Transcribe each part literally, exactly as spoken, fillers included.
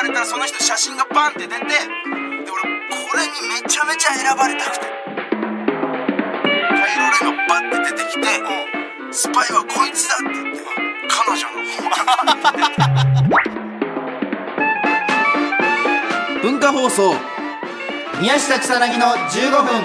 れたらその人写真がバンって出て、で俺これにめちゃめちゃ選ばれたくて、カイロレンがバッて出てきて、スパイはこいつだって言って彼女の文化放送宮下草薙のじゅうごふん。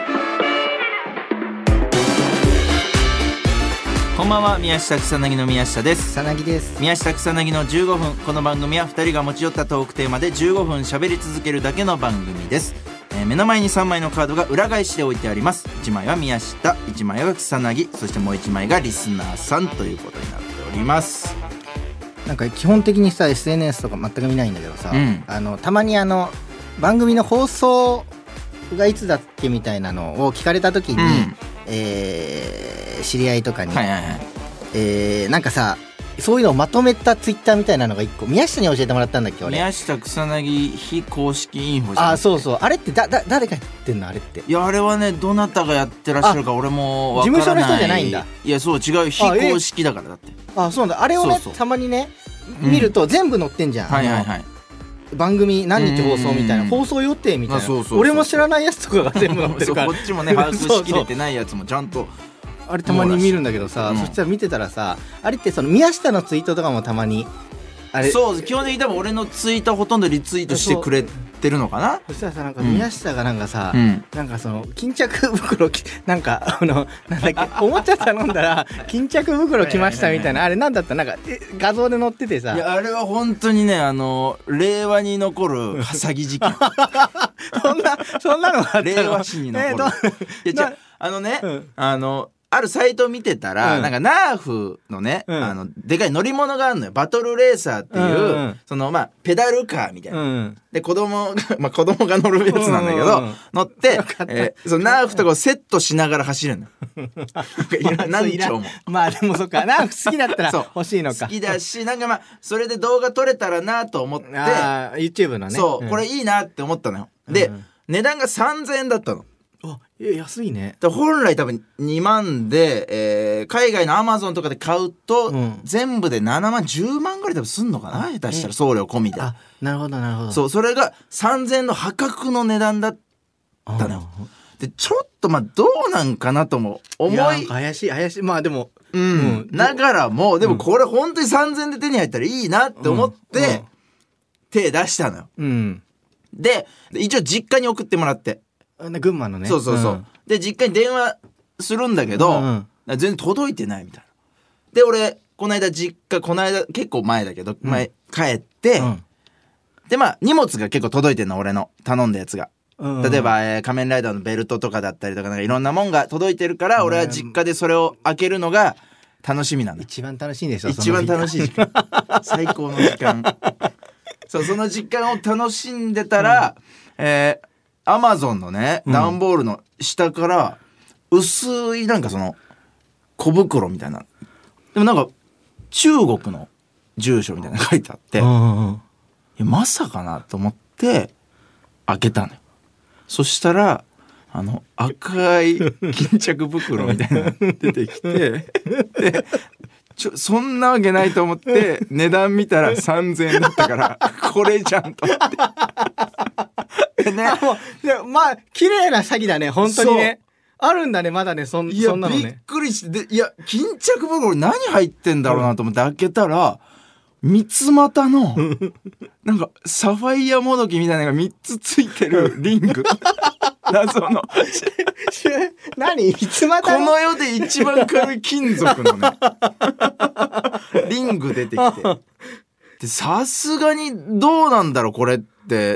こんばんは、宮下草薙の宮下です。 草薙です。 宮下草薙のじゅうごふん。この番組はふたりが持ち寄ったトークテーマでじゅうごふん喋り続けるだけの番組です。えー、目の前にさんまいのカードが裏返しで置いてあります。いちまいは宮下、いちまいは草薙、そしてもういちまいがリスナーさんということになっております。 なんか基本的にさ エスエヌエス とか全く見ないんだけどさ、うん、あのたまにあの番組の放送がいつだっけみたいなのを聞かれた時に、うん、えー、知り合いとかに、はいはいはい、えー、なんかさそういうのをまとめたツイッターみたいなのが一個宮下に教えてもらったんだっけ。俺宮下草薙非公式インフォじゃん。 あ、そうそう、あれってだだ誰がやってんのあれって。 いやあれはね、どなたがやってらっしゃるか俺もわからない。 事務所の人じゃないんだ。いやそう違う、非公式だからだって。 あ、あ、そうなんだ。あれをね、そうそうたまにね見ると全部載ってんじゃん、うん、はいはいはい、番組何日放送みたいな、放送予定みたいな、そうそうそうそう、俺も知らないやつとかが全部載ってるからこっちもね把握しきれてないやつもちゃんとあれたまに見るんだけどさ、うん、そしたら見てたらさ、あれってその宮下のツイートとかもたまにあれ、 そう基本的に多分俺のツイートほとんどリツイートしてくれてるのかな。 そ, そしたらさ、なんか宮下がなんかさ、うん、なんかその巾着袋なんかあのなんだっけおもちゃ頼んだら巾着袋来ましたみたいなあれなんだった、なんか画像で載っててさ、 いやあれは本当にね、あの令和に残る詐欺事件そんなそんなのがあったの。 令和史に残る、えー、いや違う、あのね、うん、あのあるサイト見てたら、うん、なんかナーフのね、うん、あのでかい乗り物があるのよ。バトルレーサーっていう、うんうん、そのまあペダルカーみたいな、うん、で子供がまあ子供が乗るやつなんだけど、うんうん、乗って、えー、そのナーフとかをセットしながら走るの何兆もまあでもそっか、ナーフ好きだったら欲しいのか。 好きだし、なんかまあそれで動画撮れたらなと思って、 あ YouTube のね、 そう、うん、これいいなって思ったのよ。で、うん、値段がさんぜんえんだったの。 あ、安いね。 本来多分にまんで、えー、海外のアマゾンとかで買うと、うん、全部でななまんじゅうまんぐらい多分すんのかな、下手したら送料込みで。 あ、なるほどなるほど。 そう、それがさんぜんえんの破格の値段だったのよ。でちょっとまあどうなんかなとも思い、いや怪しい怪しい、まあでも、 うん、うん、ながらもでもこれ本当にさんぜんえんで手に入ったらいいなって思って、うんうん、手出したのよ、うん、で一応実家に送ってもらって、 群馬のね、 そうそうそう、うん、で実家に電話するんだけど、うんうん、全然届いてないみたいな。で俺この間実家この間結構前だけど、うん、前帰って、うん、でまあ荷物が結構届いてんの、俺の頼んだやつが、うんうん、例えば、えー、仮面ライダーのベルトとかだったりとか、なんかいろんなもんが届いてるから、うん、俺は実家でそれを開けるのが楽しみなの。 一番楽しいんでしょ。 一番楽しい時間最高の時間そう、その時間を楽しんでたら、うん、えーアマゾンのね、段ボールの下から薄いなんかその小袋みたいな、でもなんか中国の住所みたいなの書いてあって、うんうん、いやまさかなと思って開けたのよ。そしたらあの赤い巾着袋みたいなの出てきてでちょそんなわけないと思って値段見たらさんぜんえんだったからこれじゃんと思ってね、もうでまあ綺麗な詐欺だね本当にね。あるんだねまだね、そん、 いやそんなのね。 びっくりして、でいや巾着袋何入ってんだろうなと思って開けたら、三つ股のなんかサファイアもどきみたいなのがみっつついてるリング謎の何三つ股この世で一番軽い金属のねリング出てきて、でさすがにどうなんだろうこれって、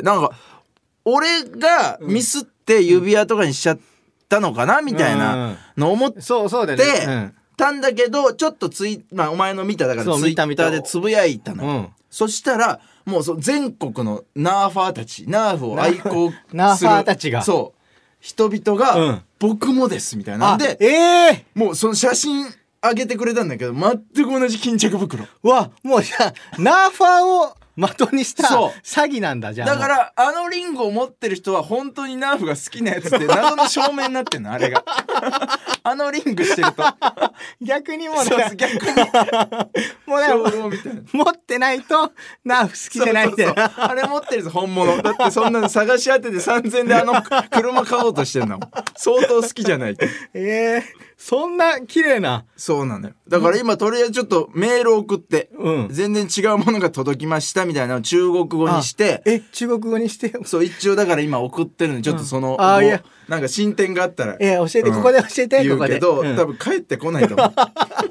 なんか俺がミスって指輪とかにしちゃったのかなみたいなの思ってたんだけど、ちょっとツイ、まあ、お前の見ただからツイッターでつぶやいたのよ、うん、そしたらもうそ全国のナーファーたち、ナーフを愛好するナーファーたちが、 そう人々が、うん、僕もですみたいなんで、 えー、 もうその写真あげてくれたんだけど全く同じ巾着袋。 わ、もうじゃあナーファーを的にした詐欺なんだ。じゃあだからあのリングを持ってる人は本当にナーフが好きなやつって謎の証明になってんのあれがあのリングしてると逆にもうそうそう逆にもうなんかみたいな持ってないとナーフ好きじゃないみたいな。 そうそうそうあれ持ってるぞ本物だってそんなの探し当ててさんぜんであの車買おうとしてんの相当好きじゃないとえー、そんな綺麗な。 そうなのよ。だから今とりあえずちょっとメール送って、 うん、 全然違うものが届きましたみたいなのを中国語にして、 え中国語にしてよ。 そう一応だから今送ってるんでちょっとその、 うん、あいやなんか進展があったらいや教えて、うん、ここで教えて言うけど、 ここで、うん、 多分帰ってこないと思う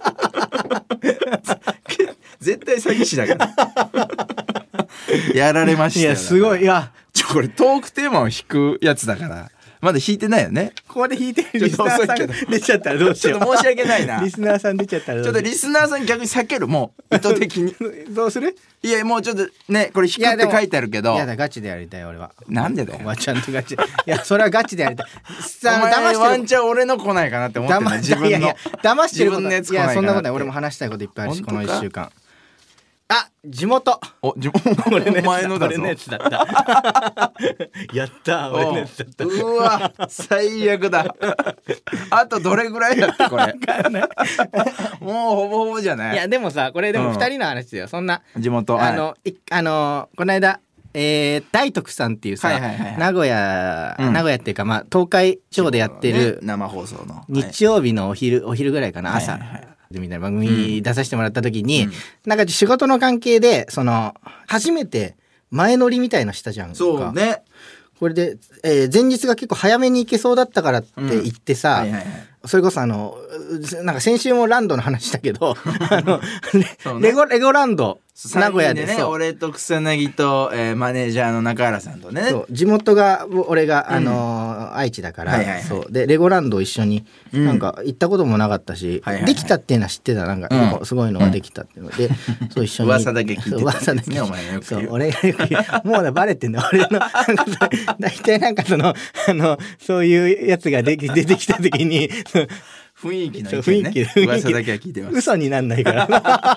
絶対詐欺師だからやられましたよ。 いやすごい。いやちょこれトークテーマを引くやつだからまだ引いてないよね。 ここで引いてるリスナーさん出ちゃったらどうしよう。 ちょっと申し訳ないな。 リスナーさん出ちゃったらどうしよう。 ちょっとリスナーさん逆に避けるもう意図的にどうする？ いやもうちょっとねこれ引くって書いてあるけど。 いやだガチでやりたい俺は。 なんでだよ。 おばちゃんとガチで。いやそれはガチでやりたい。 お前ワンチャン俺の来ないかなって思ってる自分の。 いやいや騙してること。 自分のやつ来いないかなって。 やそんなことない。俺も話したいこといっぱいあるしこのいっしゅうかん。あ地元。 お地元俺の前のだぞ。 俺のやつだったやった俺のやつだった。 うわ最悪だあとどれぐらいだってこれもうほぼほぼじゃない。 いやでもさこれでもふたりの話だよ、うん、そんな地元あの、はい、あのこの間えー、大徳さんっていうさ、はいはいはいはい、名古屋、うん、名古屋っていうかまあ東海地方でやってる、 ね、生放送の日曜日のお昼、はい、お昼ぐらいかな朝、はいはいはいみたいな番組出させてもらった時に、うん、なんか仕事の関係でその初めて前乗りみたいのしたじゃんか。 そうね。 これで、えー、前日が結構早めに行けそうだったからって言ってさ、うんはいはいはい、それこそあのなんか先週もランドの話したけどあの、ね、レゴレゴランド名古屋でね俺と草薙と、えー、マネージャーの中原さんとねそう地元が俺が、あのーうん、愛知だから、はいはいはい、そうでレゴランドを一緒に、うん、なんか行ったこともなかったし、はいはいはい、できたっていうのは知ってたなんか、うん、すごいのができたっていうので、うん、そう一緒に噂だけ聞いてた、ね、 噂だけお前のよく言うそう俺がよく言うもうねバレてんだ俺のなんか大体なんかそのあのそういうやつがで出てきた時に雰囲気の意見ね、雰囲気噂だけは聞いてます。 嘘になんないから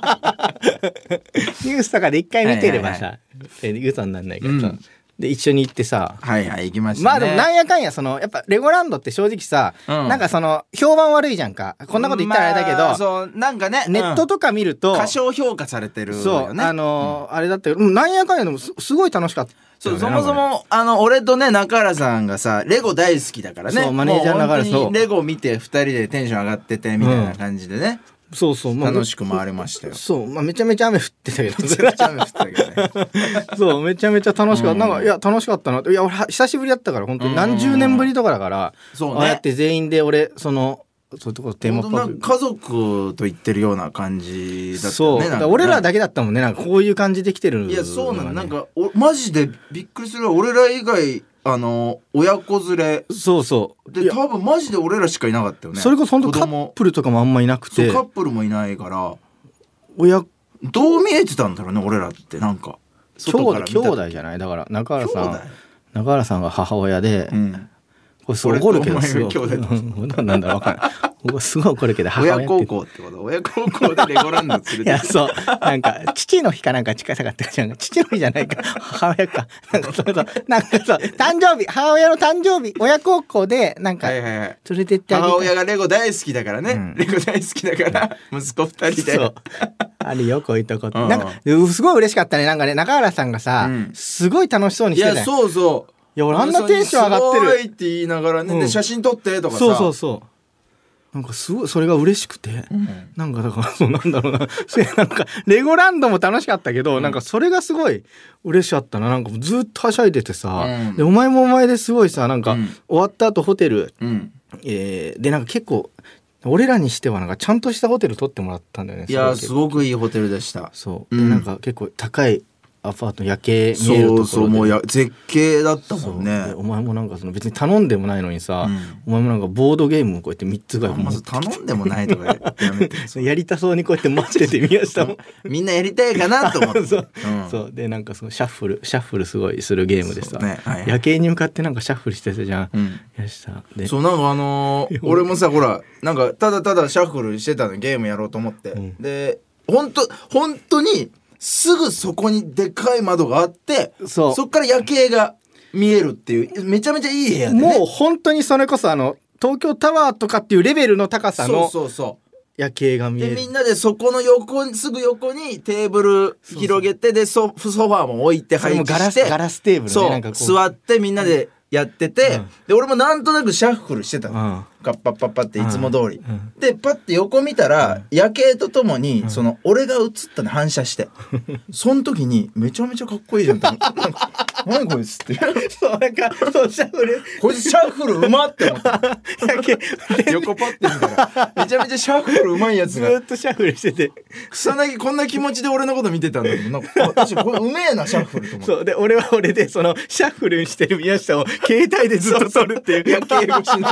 ニュースとかで一回見てればさ、はいはいはい、嘘になんないから、うん、で一緒に行ってさはいはい行きましたね。 まあでもなんやかんやそのやっぱレゴランドって正直さ、うん、なんかその評判悪いじゃんかこんなこと言ったらあれだけど、まあ、 そうなんかねネットとか見ると、 うん、過小評価されてるよね。 そうあのーうん、あれだってなんやかんやでも す, すごい楽しかった。 そうそもそもあの俺とね中原さんがさレゴ大好きだからね。 そうマネージャー中原さんレゴ見てふたりでテンション上がっててみたいな感じでね、 うん、そうそう、まあ、 楽しく回れましたよ。 そう、まあ、めちゃめちゃ雨降ってたけどめちゃめちゃ雨降ってたけどねそうめちゃめちゃ楽しかった、うん、なんかいや楽しかったないや俺久しぶりだったから本当に何十年ぶりとかだから、うんうん、ああやって全員で俺そのそういうところテーマパーク家族と行ってるような感じだったね。 そうだから俺らだけだったもんねなんかこういう感じで来てるの、ね、 いやそうなのなんかおマジでびっくりする俺ら以外あの親子連れそうそうで多分マジで俺らしかいなかったよね。 それこそ本当カップルとかもあんまいなくてそうカップルもいないから親どう見えてたんだろうね俺らってなんか兄弟兄弟じゃないだから中原さん中原さんが母親で、うんこれすごい怒るけどすごいなんだろう分かんないすごい怒るけど母親親孝行ってこと親孝行でレゴランド連れていやそうなんか父の日かなんか近かったじゃん父の日じゃないか母親かなんかそうそうなんかそう誕生日母親の誕生日親孝行でなんか連れてってあげた、 母親がレゴ大好きだからね、うん、レゴ大好きだから息子二人でそうあるよこういうとこって、うん、なんかすごい嬉しかったねなんかね中原さんがさ、うん、すごい楽しそうにしてたよ。 いやそうそういや俺あんなテンション上がってるすごいって言いながらね、うん、で写真撮ってとかさそうそうそうなんかすごいそれが嬉しくて、うん、なんかだからそうなんだろうななんかレゴランドも楽しかったけど、うん、なんかそれがすごい嬉しかったななんかずっとはしゃいでてさ、うん、でお前もお前ですごいさなんか、うん、終わった後ホテル、うんえー、でなんか結構俺らにしてはなんかちゃんとしたホテル取ってもらったんだよね。 いやすごくいいホテルでした。 そう、うん、でなんか結構高いアパート夜景見えるところでそうそうもうや絶景だったもんね。 お前もなんかその別に頼んでもないのにさ、うん、お前もなんかボードゲームをこうやってみっつぐらいまず頼んでもないとかやめてやりたそうにこうやって待っててみましたもんみんなやりたいかなと思ってそう、 うん、そうでなんかそのシャッフルシャッフルすごいするゲームでさ、ねはいはい、夜景に向かってなんかシャッフルしてたじゃん、うん、やしたでそうなんかあのー、俺もさほらなんかただただシャッフルしてたのゲームやろうと思って、うん、で本当本当にすぐそこにでかい窓があってそっから夜景が見えるっていうめちゃめちゃいい部屋で、ね、 もう本当にそれこそあの東京タワーとかっていうレベルの高さのそうそうそう夜景が見える。 でみんなでそこの横すぐ横にテーブル広げて、で ソ, ソファーも置いて配置して、 ガラステーブルね、 そうなんかこう座ってみんなでやってて、うん、で俺もなんとなくシャッフルしてたの、うん、ガッパッパッパっていつも通り、うん、でパッて横見たら、うん、夜景とともに、うん、その俺が映ったの反射して、うん、その時にめちゃめちゃかっこいいじゃんって何こいつってそうなんかそうシャッフルこいつシャッフルうまって思った夜景横パッて見たらめちゃめちゃシャッフルうまいやつがずっとシャッフルしてて、 草薙こんな気持ちで俺のこと見てたんだけど、なんか私これうめえなシャッフルと思って、 そうで俺は俺でそのシャッフルしてる宮下を携帯でずっと撮るっていう夜景越しの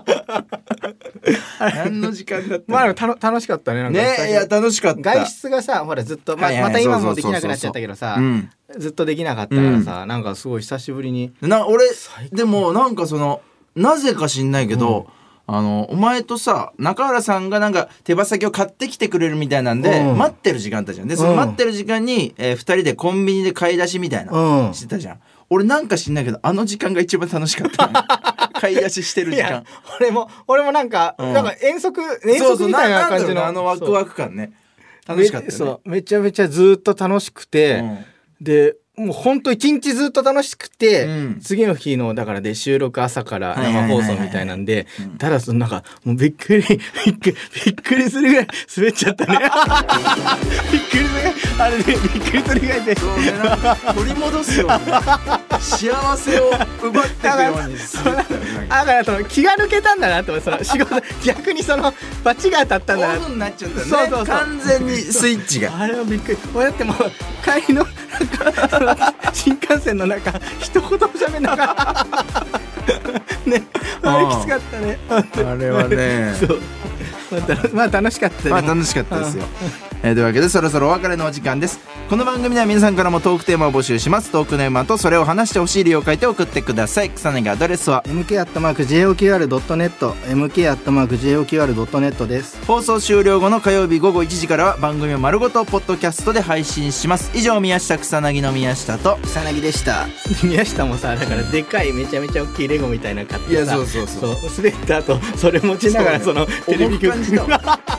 何の時間だったの。 まあたの楽しかったね。なんかね、いや楽しかった。 外出がさほらずっと、ま、また今もできなくなっちゃったけどさ、ずっとできなかったからさ、うん、なんかすごい久しぶりにな俺でもなんかそのなぜか知んないけど、うん、あのお前とさ中原さんがなんか手羽先を買ってきてくれるみたいなんで、うん、待ってる時間あったじゃん。でその待ってる時間に、えー、ふたりでコンビニで買い出しみたいな、うん、してたじゃん。俺なんか知んないけどあの時間が一番楽しかった買い出ししてる時間。 俺も俺もなんか、うん、なんか遠足遠足みたいな感じの、そうそう、 あのワクワク感ね楽しかったよね。 そうめちゃめちゃずっと楽しくて、うん、でもうほんと一日ずっと楽しくて、うん、次の日のだからで収録朝から生放送みたいなんで、ただそのなんかもうびっくりびっくりびっくりするぐらい滑っちゃったねびっくりするぐらいあれでびっくりするぐらいで、 そうね、なんか取り戻すよ、ね、幸せを奪っていくようにするってだからその気が抜けたんだなと、その仕事逆にそのバチが当たったんだな、 オフになっちゃったね。そうそうそう、完全にスイッチがあれはびっくり。俺だってもう帰りのなんか新幹線の中一言も喋んなかったね、あれきつかったねあれはねそうまあ楽しかったね。 まあ楽しかったですよえー、というわけでそろそろお別れのお時間です。この番組では皆さんからもトークテーマを募集します。トークテーマとそれを話してほしい理由を書いて送ってください。草薙アドレスはエムケーアットマークジェイオーキューアールドットネット エムケーアットマークジェイオーキューアールドットネット です。 放送終了後の火曜日午後いちじからは番組を丸ごとポッドキャストで配信します。以上宮下草薙の宮下と草薙でした。宮下もさだからでかいめちゃめちゃ大きいレゴみたいなの買ってさ、 いやそうそうそうそう滑った後それ持ちながらそのテレビ局